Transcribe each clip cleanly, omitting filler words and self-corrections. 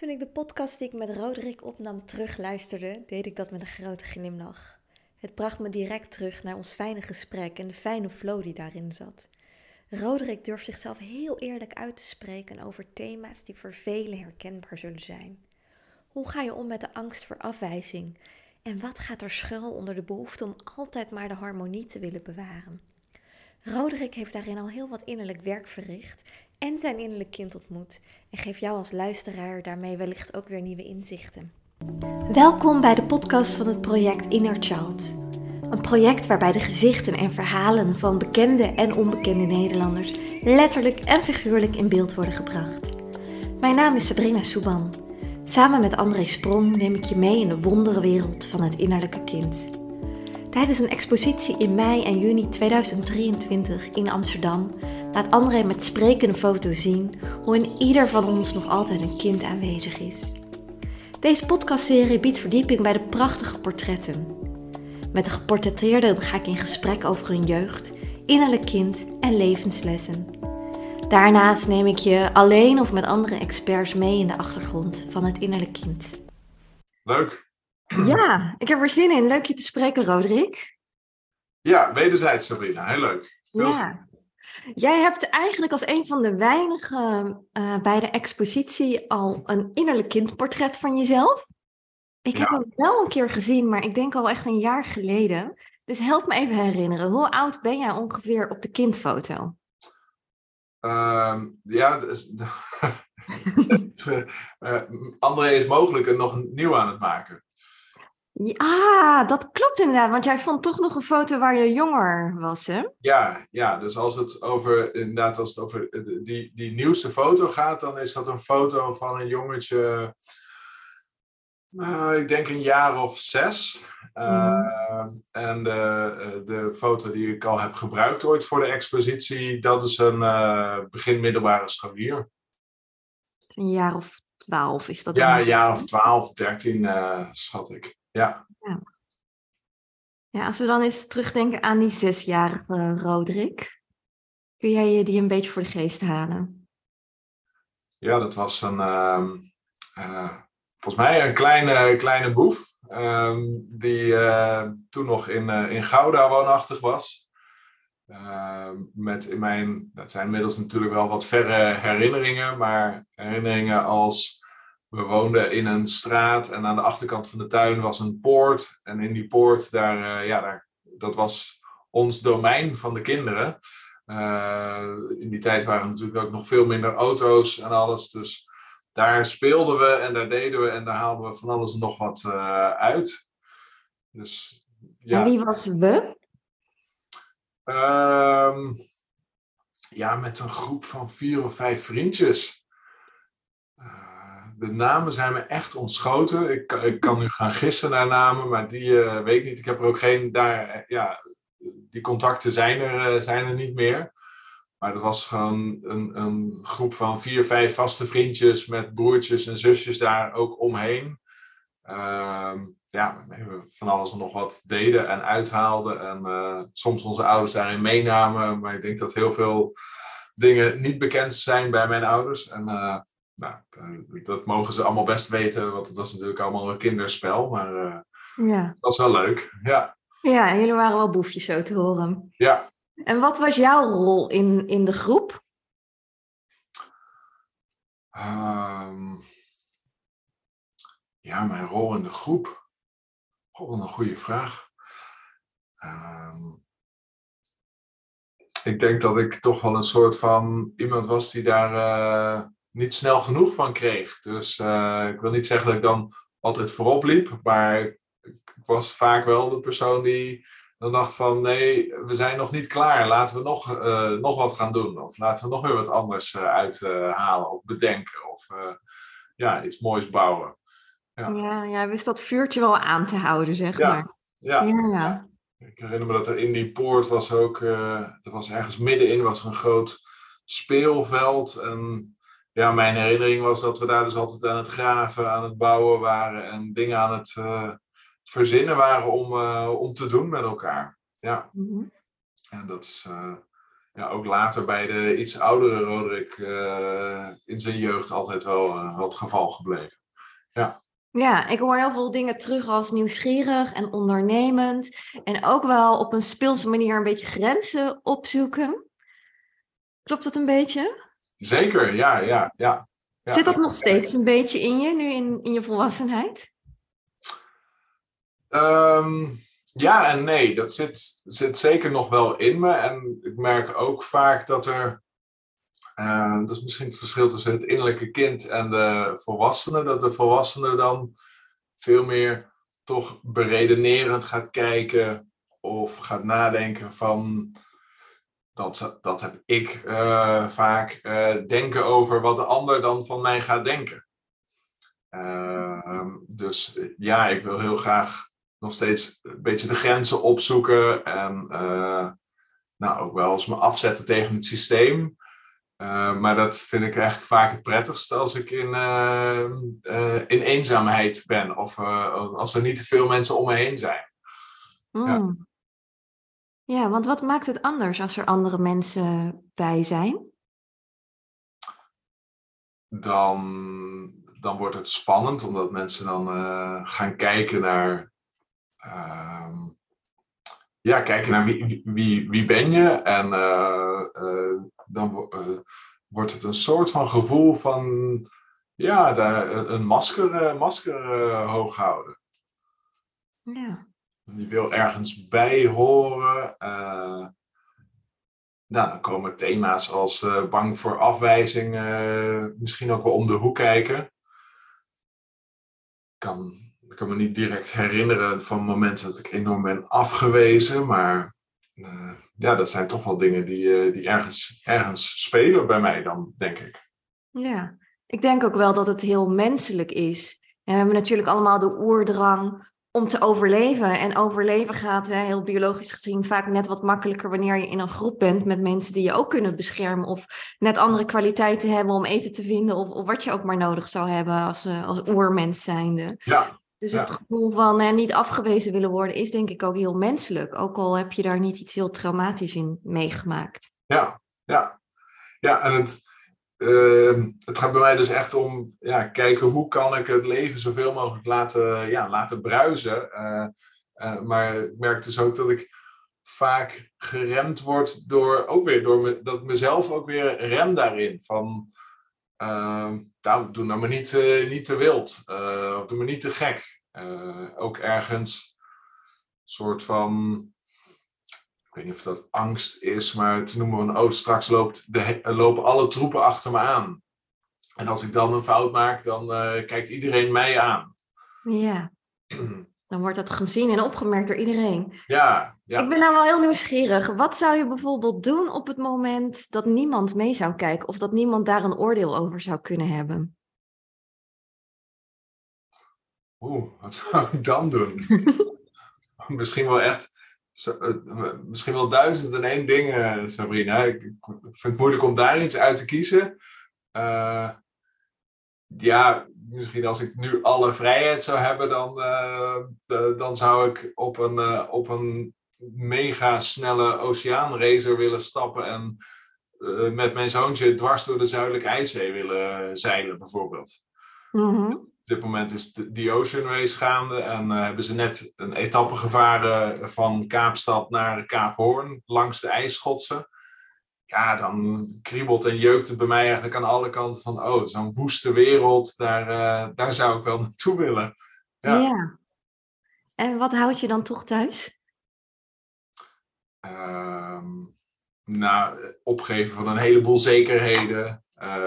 Toen ik de podcast die ik met Roderick opnam terugluisterde, deed ik dat met een grote glimlach. Het bracht me direct terug naar ons fijne gesprek en de fijne flow die daarin zat. Roderick durft zichzelf heel eerlijk uit te spreken over thema's die voor velen herkenbaar zullen zijn. Hoe ga je om met de angst voor afwijzing? En wat gaat er schuil onder de behoefte om altijd maar de harmonie te willen bewaren? Roderick heeft daarin al heel wat innerlijk werk verricht en zijn innerlijk kind ontmoet en geeft jou als luisteraar daarmee wellicht ook weer nieuwe inzichten. Welkom bij de podcast van het project Inner Child. Een project waarbij de gezichten en verhalen van bekende en onbekende Nederlanders letterlijk en figuurlijk in beeld worden gebracht. Mijn naam is Sabrina Souban. Samen met André Sprong neem ik je mee in de wonderenwereld van het innerlijke kind. Tijdens een expositie in mei en juni 2023 in Amsterdam laat André met sprekende foto's zien hoe in ieder van ons nog altijd een kind aanwezig is. Deze podcastserie biedt verdieping bij de prachtige portretten. Met de geportretteerden ga ik in gesprek over hun jeugd, innerlijk kind en levenslessen. Daarnaast neem ik je alleen of met andere experts mee in de achtergrond van het innerlijk kind. Leuk. Ja, ik heb er zin in. Leuk je te spreken, Roderick. Ja, wederzijds, Sabrina. Heel leuk. Ja. Jij hebt eigenlijk als een van de weinigen bij de expositie al een innerlijk kindportret van jezelf. Ik heb hem wel een keer gezien, maar ik denk al echt een jaar geleden. Dus help me even herinneren. Hoe oud ben jij ongeveer op de kindfoto? André is mogelijk nog nieuw aan het maken. Ja, dat klopt inderdaad, want jij vond toch nog een foto waar je jonger was, hè? Ja, dus als het over die nieuwste foto gaat, dan is dat een foto van een jongetje, ik denk een jaar of 6. En de foto die ik al heb gebruikt ooit voor de expositie, dat is een begin middelbare scholier. Een jaar of 12 is dat? Ja, een jaar of 12, 13 schat ik. Ja. Ja, als we dan eens terugdenken aan die 6-jarige Roderick, kun jij je die een beetje voor de geest halen? Ja, dat was volgens mij een kleine boef. Die toen nog in Gouda woonachtig was. Dat zijn inmiddels natuurlijk wel wat verre herinneringen, maar herinneringen als we woonden in een straat en aan de achterkant van de tuin was een poort. En in die poort, dat was ons domein van de kinderen. In die tijd waren er natuurlijk ook nog veel minder auto's en alles. Dus daar speelden we en daar deden we en daar haalden we van alles en nog wat uit. Dus, ja. En wie was we? Met een groep van 4 of 5 vriendjes. De namen zijn me echt ontschoten. Ik kan nu gaan gissen naar namen, maar die weet ik niet. Ik heb er ook geen daar. Die contacten zijn er niet meer. Maar er was gewoon een groep van 4, 5 vaste vriendjes met broertjes en zusjes daar ook omheen. We van alles en nog wat deden en uithaalden. En soms onze ouders daarin meenamen. Maar ik denk dat heel veel dingen niet bekend zijn bij mijn ouders. En dat mogen ze allemaal best weten, want het was natuurlijk allemaal een kinderspel. Maar dat was wel leuk, ja. Ja, en jullie waren wel boefjes zo te horen. Ja. En wat was jouw rol in de groep? Mijn rol in de groep? Wat een goede vraag. Ik denk dat ik toch wel een soort van iemand was die daar niet snel genoeg van kreeg. Dus ik wil niet zeggen dat ik dan altijd voorop liep, maar ik was vaak wel de persoon die dan dacht van nee, we zijn nog niet klaar. Laten we nog wat gaan doen. Of laten we nog weer wat anders uithalen of bedenken. Of iets moois bouwen. Ja, jij wist dat vuurtje wel aan te houden, zeg maar. Ja. Ik herinner me dat er in die poort was ook, er was ergens middenin was er een groot speelveld. En ja, mijn herinnering was dat we daar dus altijd aan het graven, aan het bouwen waren en dingen aan het verzinnen waren om te doen met elkaar. Ja. Mm-hmm. En dat is ja, ook later bij de iets oudere Roderick in zijn jeugd altijd wel het geval gebleven. Ja. Ja, ik hoor heel veel dingen terug als nieuwsgierig en ondernemend. En ook wel op een speelse manier een beetje grenzen opzoeken. Klopt dat een beetje? Zeker, ja. Zit dat Ja. nog steeds een beetje in je, nu in je volwassenheid? Ja en nee, dat zit zeker nog wel in me. En ik merk ook vaak dat er, dat is misschien het verschil tussen het innerlijke kind en de volwassene, dat de volwassene dan veel meer toch beredenerend gaat kijken of gaat nadenken van, dat heb ik vaak, denken over wat de ander dan van mij gaat denken. Dus ja, ik wil heel graag nog steeds een beetje de grenzen opzoeken en nou, ook wel eens me afzetten tegen het systeem. Maar dat vind ik eigenlijk vaak het prettigst als ik in eenzaamheid ben of als er niet te veel mensen om me heen zijn. Ja. Ja, want wat maakt het anders als er andere mensen bij zijn? Dan wordt het spannend, omdat mensen dan gaan kijken naar, kijken naar wie ben je. En dan wordt het een soort van gevoel van, ja, een masker hoog houden. Ja. Die wil ergens bij horen. Nou, dan komen thema's als bang voor afwijzing misschien ook wel om de hoek kijken. Ik kan me niet direct herinneren van momenten dat ik enorm ben afgewezen, maar ja, dat zijn toch wel dingen die ergens spelen bij mij dan, denk ik. Ja, ik denk ook wel dat het heel menselijk is. En we hebben natuurlijk allemaal de oerdrang om te overleven. En overleven gaat, heel biologisch gezien, vaak net wat makkelijker wanneer je in een groep bent met mensen die je ook kunnen beschermen. Of net andere kwaliteiten hebben om eten te vinden. Of wat je ook maar nodig zou hebben als oermens zijnde. Ja. Dus het gevoel van niet afgewezen willen worden is denk ik ook heel menselijk. Ook al heb je daar niet iets heel traumatisch in meegemaakt. Ja, en het gaat bij mij dus echt om kijken hoe kan ik het leven zoveel mogelijk laten bruisen. Maar ik merk dus ook dat ik vaak geremd word dat mezelf ook weer rem daarin. Van, doe nou maar niet te wild. Of doe maar niet te gek. Ook ergens een soort van, ik weet niet of dat angst is, maar te noemen van, straks lopen alle troepen achter me aan. En als ik dan een fout maak, dan kijkt iedereen mij aan. Ja, dan wordt dat gezien en opgemerkt door iedereen. Ja. Ik ben nou wel heel nieuwsgierig. Wat zou je bijvoorbeeld doen op het moment dat niemand mee zou kijken of dat niemand daar een oordeel over zou kunnen hebben? Wat zou ik dan doen? Misschien wel 1001 dingen, Sabrina. Ik vind het moeilijk om daar iets uit te kiezen. Ja, misschien als ik nu alle vrijheid zou hebben, dan zou ik op een mega snelle oceaanracer willen stappen en met mijn zoontje dwars door de Zuidelijke IJszee willen zeilen, bijvoorbeeld. Mm-hmm. Op dit moment is de Ocean Race gaande en hebben ze net een etappe gevaren van Kaapstad naar Kaap Hoorn langs de ijsschotsen. Ja, dan kriebelt en jeukt het bij mij eigenlijk aan alle kanten van, zo'n woeste wereld, daar zou ik wel naartoe willen. Ja. En wat houdt je dan toch thuis? Nou, opgeven van een heleboel zekerheden.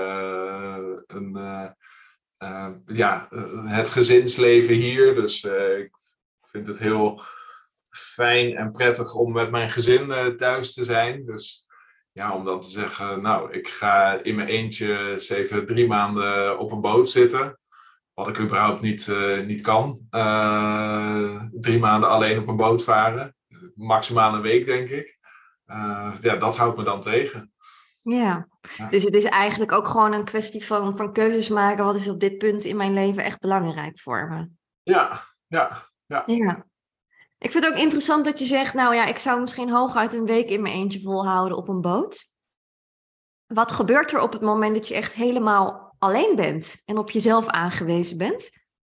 Het gezinsleven hier. Dus ik vind het heel fijn en prettig om met mijn gezin thuis te zijn. Dus ja, om dan te zeggen, nou, ik ga in mijn eentje eens even 3 maanden op een boot zitten. Wat ik überhaupt niet kan. 3 maanden alleen op een boot varen. Maximaal een week, denk ik. Dat houdt me dan tegen. Ja, dus het is eigenlijk ook gewoon een kwestie van keuzes maken. Wat is op dit punt in mijn leven echt belangrijk voor me? Ja. Ja. Ik vind het ook interessant dat je zegt, nou ja, ik zou misschien hooguit een week in mijn eentje volhouden op een boot. Wat gebeurt er op het moment dat je echt helemaal alleen bent en op jezelf aangewezen bent?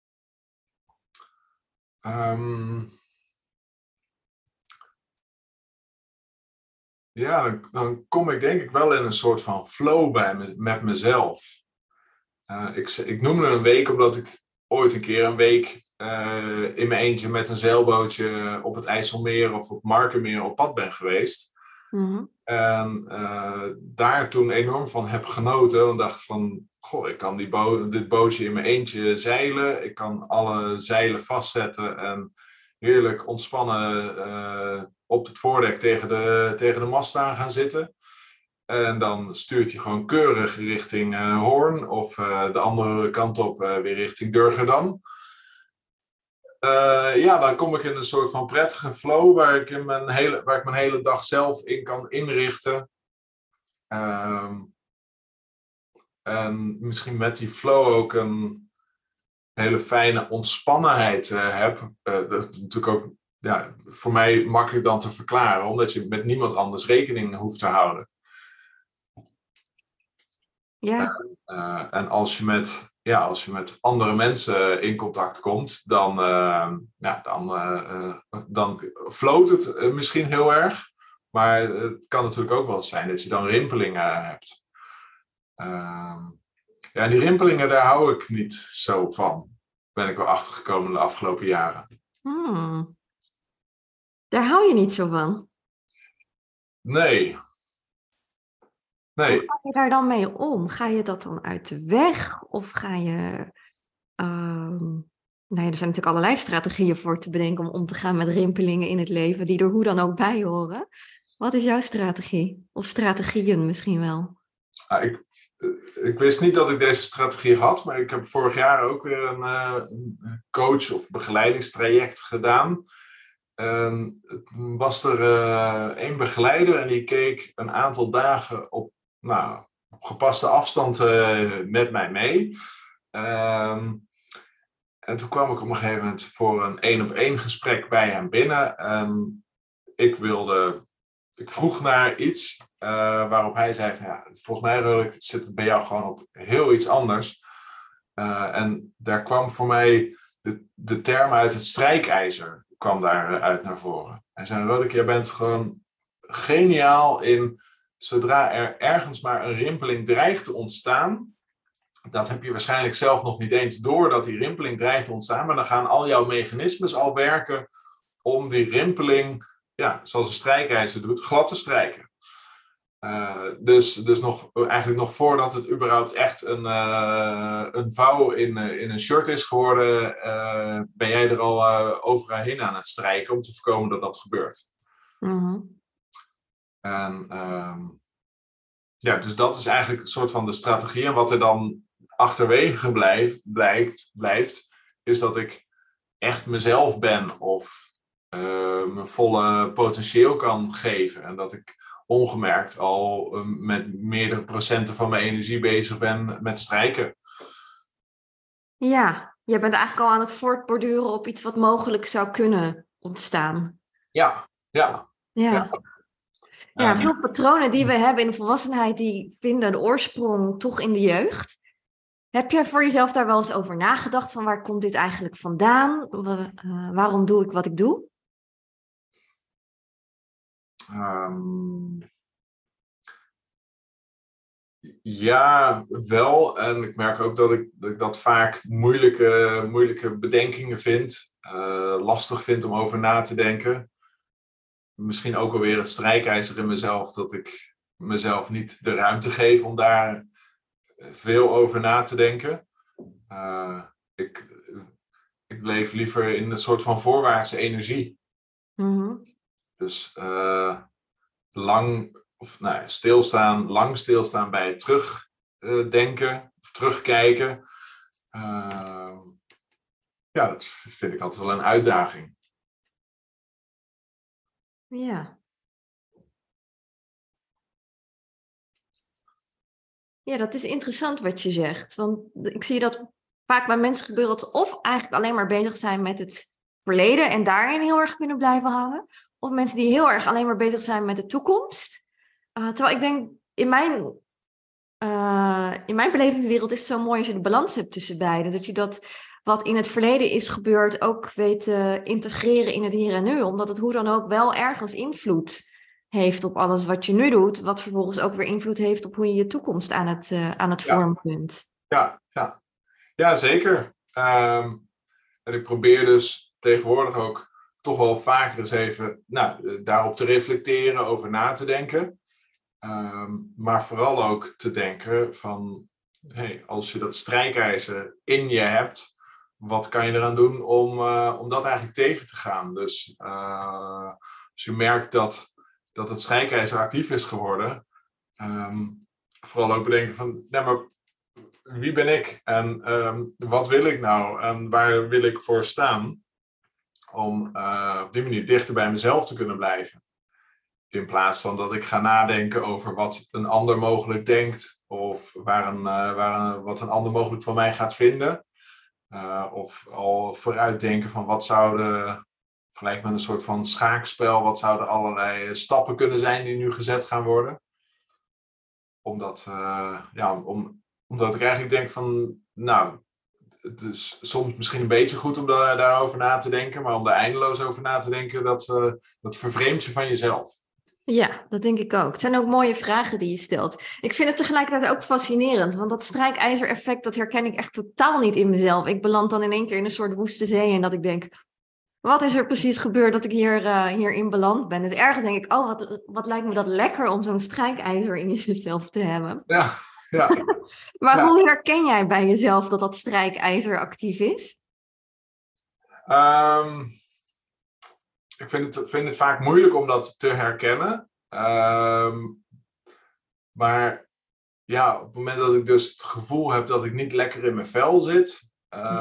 Ehm, ja, dan kom ik denk ik wel in een soort van flow met mezelf. Ik noemde een week omdat ik ooit een keer een week in mijn eentje met een zeilbootje op het IJsselmeer of op Markermeer op pad ben geweest. Mm-hmm. En daar toen enorm van heb genoten. En dacht van, goh, ik kan dit bootje in mijn eentje zeilen. Ik kan alle zeilen vastzetten en heerlijk ontspannen op het voordek tegen de mast aan gaan zitten. En dan stuurt hij gewoon keurig richting Hoorn of de andere kant op weer richting Durgerdam. Ja, dan kom ik in een soort van prettige flow waar ik mijn hele dag zelf in kan inrichten. En misschien met die flow ook een hele fijne ontspannenheid heb. Dat is natuurlijk ook voor mij makkelijk dan te verklaren, omdat je met niemand anders rekening hoeft te houden. Ja. En als je met andere mensen in contact komt, dan float het misschien heel erg. Maar het kan natuurlijk ook wel eens zijn dat je dan rimpelingen hebt. Ja, die rimpelingen, daar hou ik niet zo van. Ben ik wel achtergekomen de afgelopen jaren. Daar hou je niet zo van. Nee. Hoe Nee. ga je daar dan mee om? Ga je dat dan uit de weg? Of ga je... Nou ja, er zijn natuurlijk allerlei strategieën voor te bedenken om te gaan met rimpelingen in het leven, die er hoe dan ook bij horen. Wat is jouw strategie? Of strategieën misschien wel? Ik wist niet dat ik deze strategie had, maar ik heb vorig jaar ook weer een coach- of begeleidingstraject gedaan. Was er één begeleider en die keek een aantal dagen op gepaste afstand met mij mee. En toen kwam ik op een gegeven moment voor een 1-op-1 gesprek bij hem binnen. Ik vroeg naar iets waarop hij zei van, ja, volgens mij Roderick, zit het bij jou gewoon op heel iets anders. En daar kwam voor mij de term uit het strijkijzer kwam daaruit naar voren. Hij zei, Roderick, jij bent gewoon geniaal in, zodra er ergens maar een rimpeling dreigt te ontstaan, dat heb je waarschijnlijk zelf nog niet eens door dat die rimpeling dreigt te ontstaan, maar dan gaan al jouw mechanismes al werken om die rimpeling, ja, zoals een strijkijzer doet, glad te strijken. Dus eigenlijk nog voordat het überhaupt echt een vouw in een shirt is geworden, ben jij er al overal heen aan het strijken om te voorkomen dat dat gebeurt. Mm-hmm. En dus dat is eigenlijk een soort van de strategie. En wat er dan achterwege blijft, is dat ik echt mezelf ben of mijn volle potentieel kan geven. En dat ik ongemerkt al met meerdere procenten van mijn energie bezig ben met strijken. Ja, je bent eigenlijk al aan het voortborduren op iets wat mogelijk zou kunnen ontstaan. Ja. Ja, veel patronen die we hebben in de volwassenheid, die vinden de oorsprong toch in de jeugd. Heb jij voor jezelf daar wel eens over nagedacht van waar komt dit eigenlijk vandaan? Waarom doe ik wat ik doe? Ja, wel. En ik merk ook dat ik dat vaak moeilijke bedenkingen vind. Lastig vind om over na te denken. Misschien ook alweer het strijkijzer in mezelf, dat ik mezelf niet de ruimte geef om daar veel over na te denken. Ik leef liever in een soort van voorwaartse energie. Mm-hmm. Dus lang stilstaan bij het terugdenken of terugkijken. Dat vind ik altijd wel een uitdaging. Ja. Ja, dat is interessant wat je zegt. Want ik zie dat vaak bij mensen gebeurt dat of eigenlijk alleen maar bezig zijn met het verleden en daarin heel erg kunnen blijven hangen. Of mensen die heel erg alleen maar bezig zijn met de toekomst. Terwijl ik denk, in mijn belevingswereld is het zo mooi als je de balans hebt tussen beide. Dat je dat wat in het verleden is gebeurd ook weet te integreren in het hier en nu. Omdat het hoe dan ook wel ergens invloed heeft op alles wat je nu doet. Wat vervolgens ook weer invloed heeft op hoe je je toekomst aan het Ja, vormen kunt. ja, zeker. En ik probeer dus tegenwoordig ook toch wel vaker eens even daarop te reflecteren, over na te denken. Maar vooral ook te denken van, hey, als je dat strijkijzer in je hebt, wat kan je eraan doen om dat eigenlijk tegen te gaan? Dus als je merkt dat het strijkijzer actief is geworden, vooral ook bedenken van, nee, maar wie ben ik en wat wil ik nou en waar wil ik voor staan? Om op die manier dichter bij mezelf te kunnen blijven. In plaats van dat ik ga nadenken over wat een ander mogelijk denkt. Of wat een ander mogelijk van mij gaat vinden. Of al vooruitdenken van wat zouden, gelijk met een soort van schaakspel, wat zouden allerlei stappen kunnen zijn die nu gezet gaan worden. Omdat ik eigenlijk denk van, nou, het is soms misschien een beetje goed om daarover na te denken, maar om daar eindeloos over na te denken, dat vervreemdt je van jezelf. Ja, dat denk ik ook. Het zijn ook mooie vragen die je stelt. Ik vind het tegelijkertijd ook fascinerend, want dat strijkijzer-effect, dat herken ik echt totaal niet in mezelf. Ik beland dan in één keer in een soort woeste zee en dat ik denk, wat is er precies gebeurd dat ik hierin beland ben? Dus ergens denk ik, oh, wat lijkt me dat lekker om zo'n strijkijzer in jezelf te hebben. Ja, ja. Maar hoe herken jij bij jezelf dat strijkijzer actief is? Ik vind het vaak moeilijk om dat te herkennen. Maar ja, op het moment dat ik dus het gevoel heb dat ik niet lekker in mijn vel zit,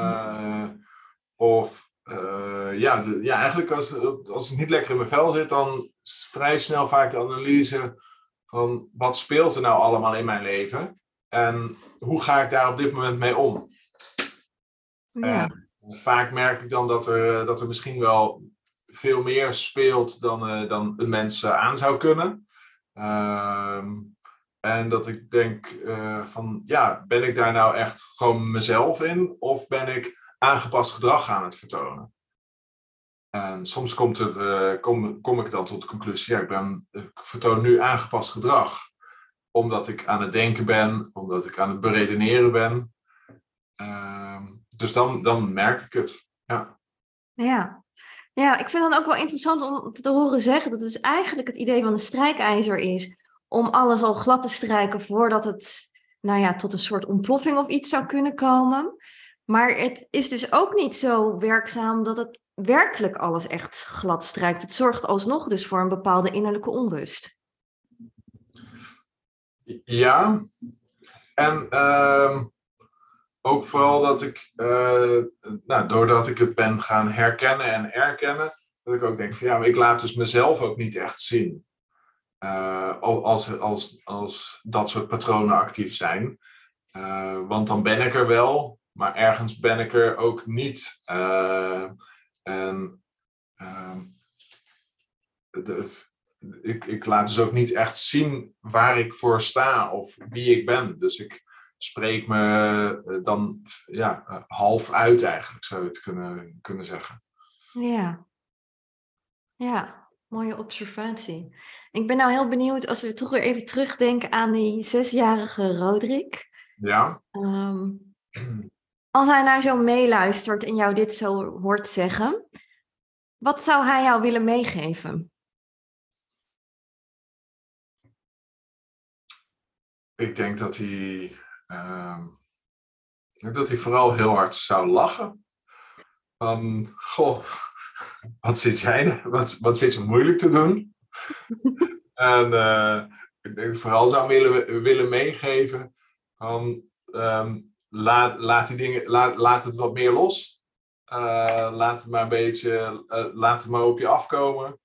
eigenlijk als ik niet lekker in mijn vel zit, dan is vrij snel vaak de analyse van wat speelt er nou allemaal in mijn leven en hoe ga ik daar op dit moment mee om? Ja. Vaak merk ik dan dat er misschien wel veel meer speelt dan een mens aan zou kunnen. En dat ik denk van, ja, ben ik daar nou echt gewoon mezelf in? Of ben ik aangepast gedrag aan het vertonen? En soms kom ik dan tot de conclusie, ja, ik vertoon nu aangepast gedrag. Omdat ik aan het denken ben, omdat ik aan het beredeneren ben. Dus dan merk ik het, ja. Ja, ik vind dan ook wel interessant om te horen zeggen dat het dus eigenlijk het idee van een strijkijzer is om alles al glad te strijken voordat het tot een soort ontploffing of iets zou kunnen komen. Maar het is dus ook niet zo werkzaam dat het werkelijk alles echt glad strijkt. Het zorgt alsnog dus voor een bepaalde innerlijke onrust. Ja, en ook vooral dat ik, doordat ik het ben gaan herkennen en erkennen, dat ik ook denk van ja, maar ik laat dus mezelf ook niet echt zien. Als dat soort patronen actief zijn. Want dan ben ik er wel, maar ergens ben ik er ook niet. Ik laat dus ook niet echt zien waar ik voor sta of wie ik ben. Dus ik spreek me dan half uit eigenlijk, zou je het kunnen zeggen. Ja, mooie observatie. Ik ben nou heel benieuwd als we toch weer even terugdenken aan die 6-jarige Roderick. Ja. Als hij nou zo meeluistert en jou dit zo hoort zeggen, wat zou hij jou willen meegeven? Ik denk dat hij vooral heel hard zou lachen. Van, goh, wat zit jij, wat zit je moeilijk te doen? En ik denk vooral zou willen meegeven van, laat die dingen, laat het wat meer los. Laat het maar een beetje, laat het maar op je afkomen.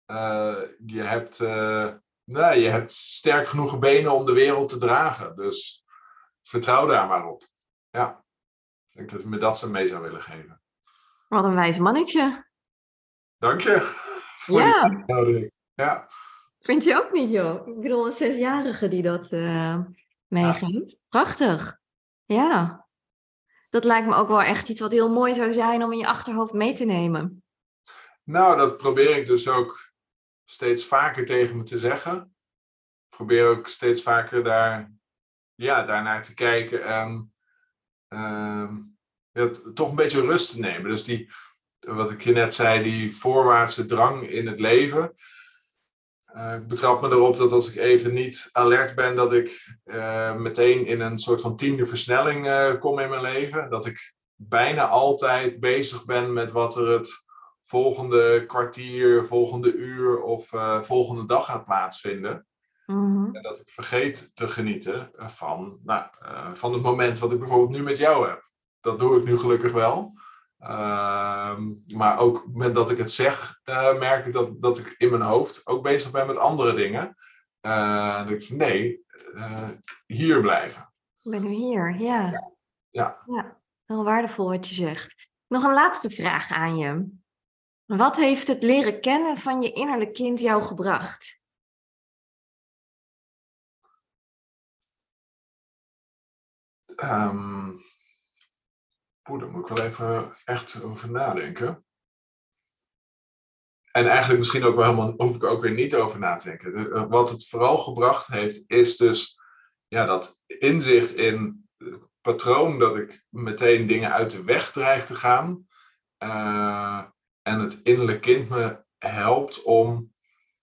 Je hebt sterk genoeg benen om de wereld te dragen. Dus vertrouw daar maar op. Ja, ik denk dat ik me dat zo mee zou willen geven. Wat een wijs mannetje. Dank je voor die uitnodiging. Ja. Vind je ook niet, joh? Ik bedoel, een 6-jarige die dat meegeeft. Ja. Prachtig. Ja. Dat lijkt me ook wel echt iets wat heel mooi zou zijn om in je achterhoofd mee te nemen. Nou, dat probeer ik dus ook steeds vaker tegen me te zeggen. Ik probeer ook steeds vaker daarnaar te kijken en toch een beetje rust te nemen. Dus wat ik je net zei, die voorwaartse drang in het leven. Ik betrap me erop dat als ik even niet alert ben, dat ik meteen in een soort van 10e versnelling kom in mijn leven. Dat ik bijna altijd bezig ben met wat er het volgende kwartier, volgende uur of volgende dag gaat plaatsvinden. Mm-hmm. En dat ik vergeet te genieten van het moment wat ik bijvoorbeeld nu met jou heb. Dat doe ik nu gelukkig wel. Maar ook op het moment dat ik het zeg, merk ik dat ik in mijn hoofd ook bezig ben met andere dingen. Dan denk ik, nee, hier blijven. Ik ben nu hier, ja. Ja. Heel waardevol wat je zegt. Nog een laatste vraag aan je. Wat heeft het leren kennen van je innerlijk kind jou gebracht? Daar moet ik wel even echt over nadenken. En eigenlijk misschien ook wel helemaal, hoef ik ook weer niet over na te denken. Wat het vooral gebracht heeft, is dus dat inzicht in het patroon dat ik meteen dingen uit de weg dreig te gaan. En het innerlijk kind me helpt om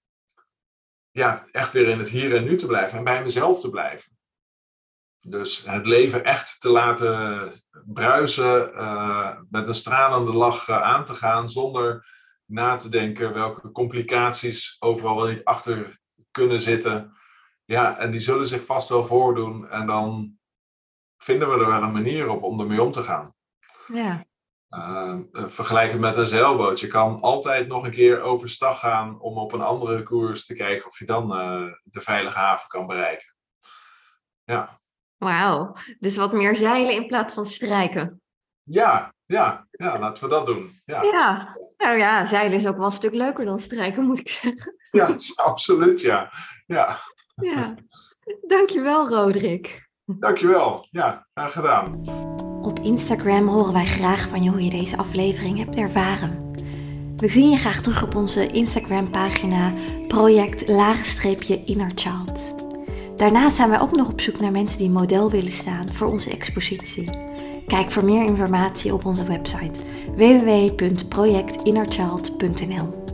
echt weer in het hier en nu te blijven en bij mezelf te blijven. Dus het leven echt te laten bruisen, met een stralende lach aan te gaan, zonder na te denken welke complicaties overal wel niet achter kunnen zitten. Ja, en die zullen zich vast wel voordoen en dan vinden we er wel een manier op om ermee om te gaan. Ja. Vergelijk het met een zeilboot. Je kan altijd nog een keer overstag gaan om op een andere koers te kijken of je dan de veilige haven kan bereiken. Ja. Wauw, dus wat meer zeilen in plaats van strijken. Ja, laten we dat doen. Ja, nou ja, zeilen is ook wel een stuk leuker dan strijken, moet ik zeggen. Ja, absoluut, ja. Dankjewel, Roderick. Dankjewel, ja, graag gedaan. Op Instagram horen wij graag van je hoe je deze aflevering hebt ervaren. We zien je graag terug op onze Instagram-pagina project_innerchild. Daarnaast zijn wij ook nog op zoek naar mensen die model willen staan voor onze expositie. Kijk voor meer informatie op onze website www.projectinnerchild.nl.